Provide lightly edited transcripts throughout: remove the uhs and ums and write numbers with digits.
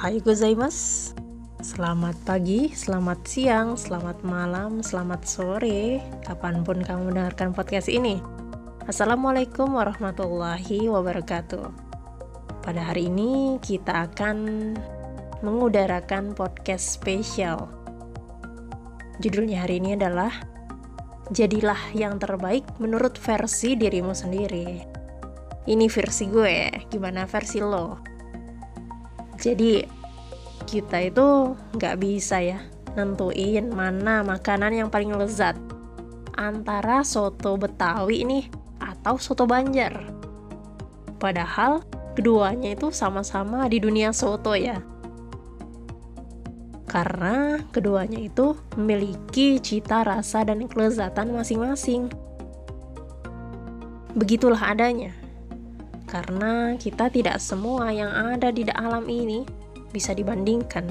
Ohayou gozaimasu. Selamat pagi, selamat siang, selamat malam, selamat sore, kapanpun kamu mendengarkan podcast ini. Assalamualaikum warahmatullahi wabarakatuh. Pada hari ini kita akan mengudarakan podcast spesial. Judulnya hari ini adalah Jadilah yang terbaik menurut versi dirimu sendiri. Ini versi gue, gimana versi lo? Jadi kita itu nggak bisa ya nentuin mana makanan yang paling lezat antara soto Betawi nih atau soto Banjar. Padahal keduanya itu sama-sama di dunia soto ya. Karena keduanya itu memiliki cita rasa dan kelezatan masing-masing. Begitulah adanya. Karena kita tidak semua yang ada di alam ini bisa dibandingkan.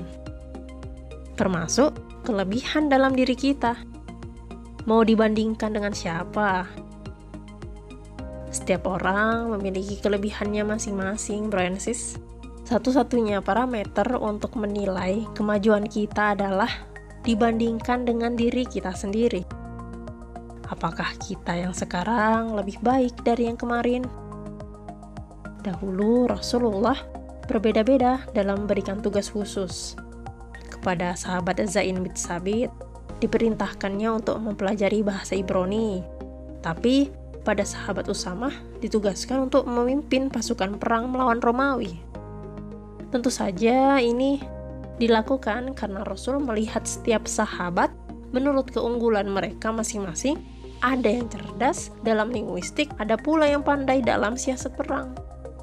Termasuk kelebihan dalam diri kita. Mau dibandingkan dengan siapa? Setiap orang memiliki kelebihannya masing-masing, bro and sis. Satu-satunya parameter untuk menilai kemajuan kita adalah dibandingkan dengan diri kita sendiri. Apakah kita yang sekarang lebih baik dari yang kemarin? Dahulu Rasulullah berbeda-beda dalam memberikan tugas khusus. Kepada sahabat Zain bin Tsabit diperintahkannya untuk mempelajari bahasa Ibrani. Tapi pada sahabat Usamah ditugaskan untuk memimpin pasukan perang melawan Romawi. Tentu saja ini dilakukan karena Rasul melihat setiap sahabat menurut keunggulan mereka masing-masing. Ada yang cerdas dalam linguistik, ada pula yang pandai dalam siasat perang.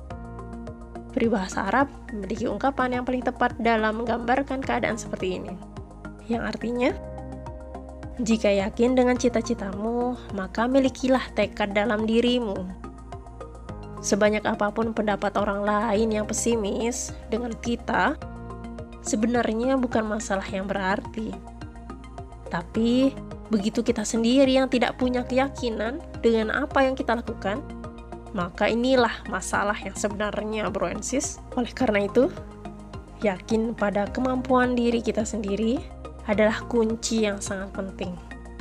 Peribahasa Arab memiliki ungkapan yang paling tepat dalam menggambarkan keadaan seperti ini. Yang artinya, jika yakin dengan cita-citamu, maka milikilah tekad dalam dirimu. Sebanyak apapun pendapat orang lain yang pesimis dengan kita, sebenarnya bukan masalah yang berarti. Tapi, begitu kita sendiri yang tidak punya keyakinan dengan apa yang kita lakukan, maka inilah masalah yang sebenarnya, bro and sis. Oleh karena itu, yakin pada kemampuan diri kita sendiri adalah kunci yang sangat penting.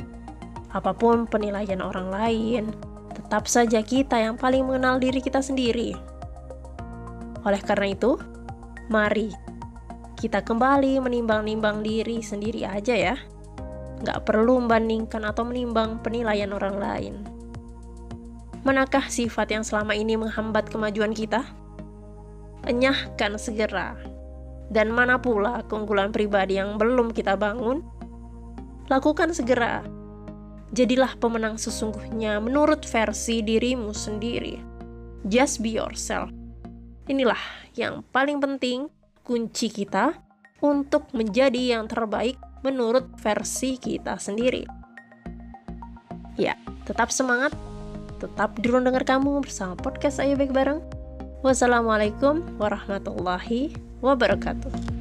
Apapun penilaian orang lain, tetap saja kita yang paling mengenal diri kita sendiri. Oleh karena itu, mari kita kembali menimbang-nimbang diri sendiri aja ya. Nggak perlu membandingkan atau menimbang penilaian orang lain. Manakah sifat yang selama ini menghambat kemajuan kita? Enyahkan segera. Dan mana pula keunggulan pribadi yang belum kita bangun? Lakukan segera. Jadilah pemenang sesungguhnya menurut versi dirimu sendiri. Just be yourself. Inilah yang paling penting, kunci kita untuk menjadi yang terbaik menurut versi kita sendiri. Ya, tetap semangat. Tetap di ruang dengar kamu bersama podcast Ayo Baik Bareng. Wassalamualaikum warahmatullahi wabarakatuh.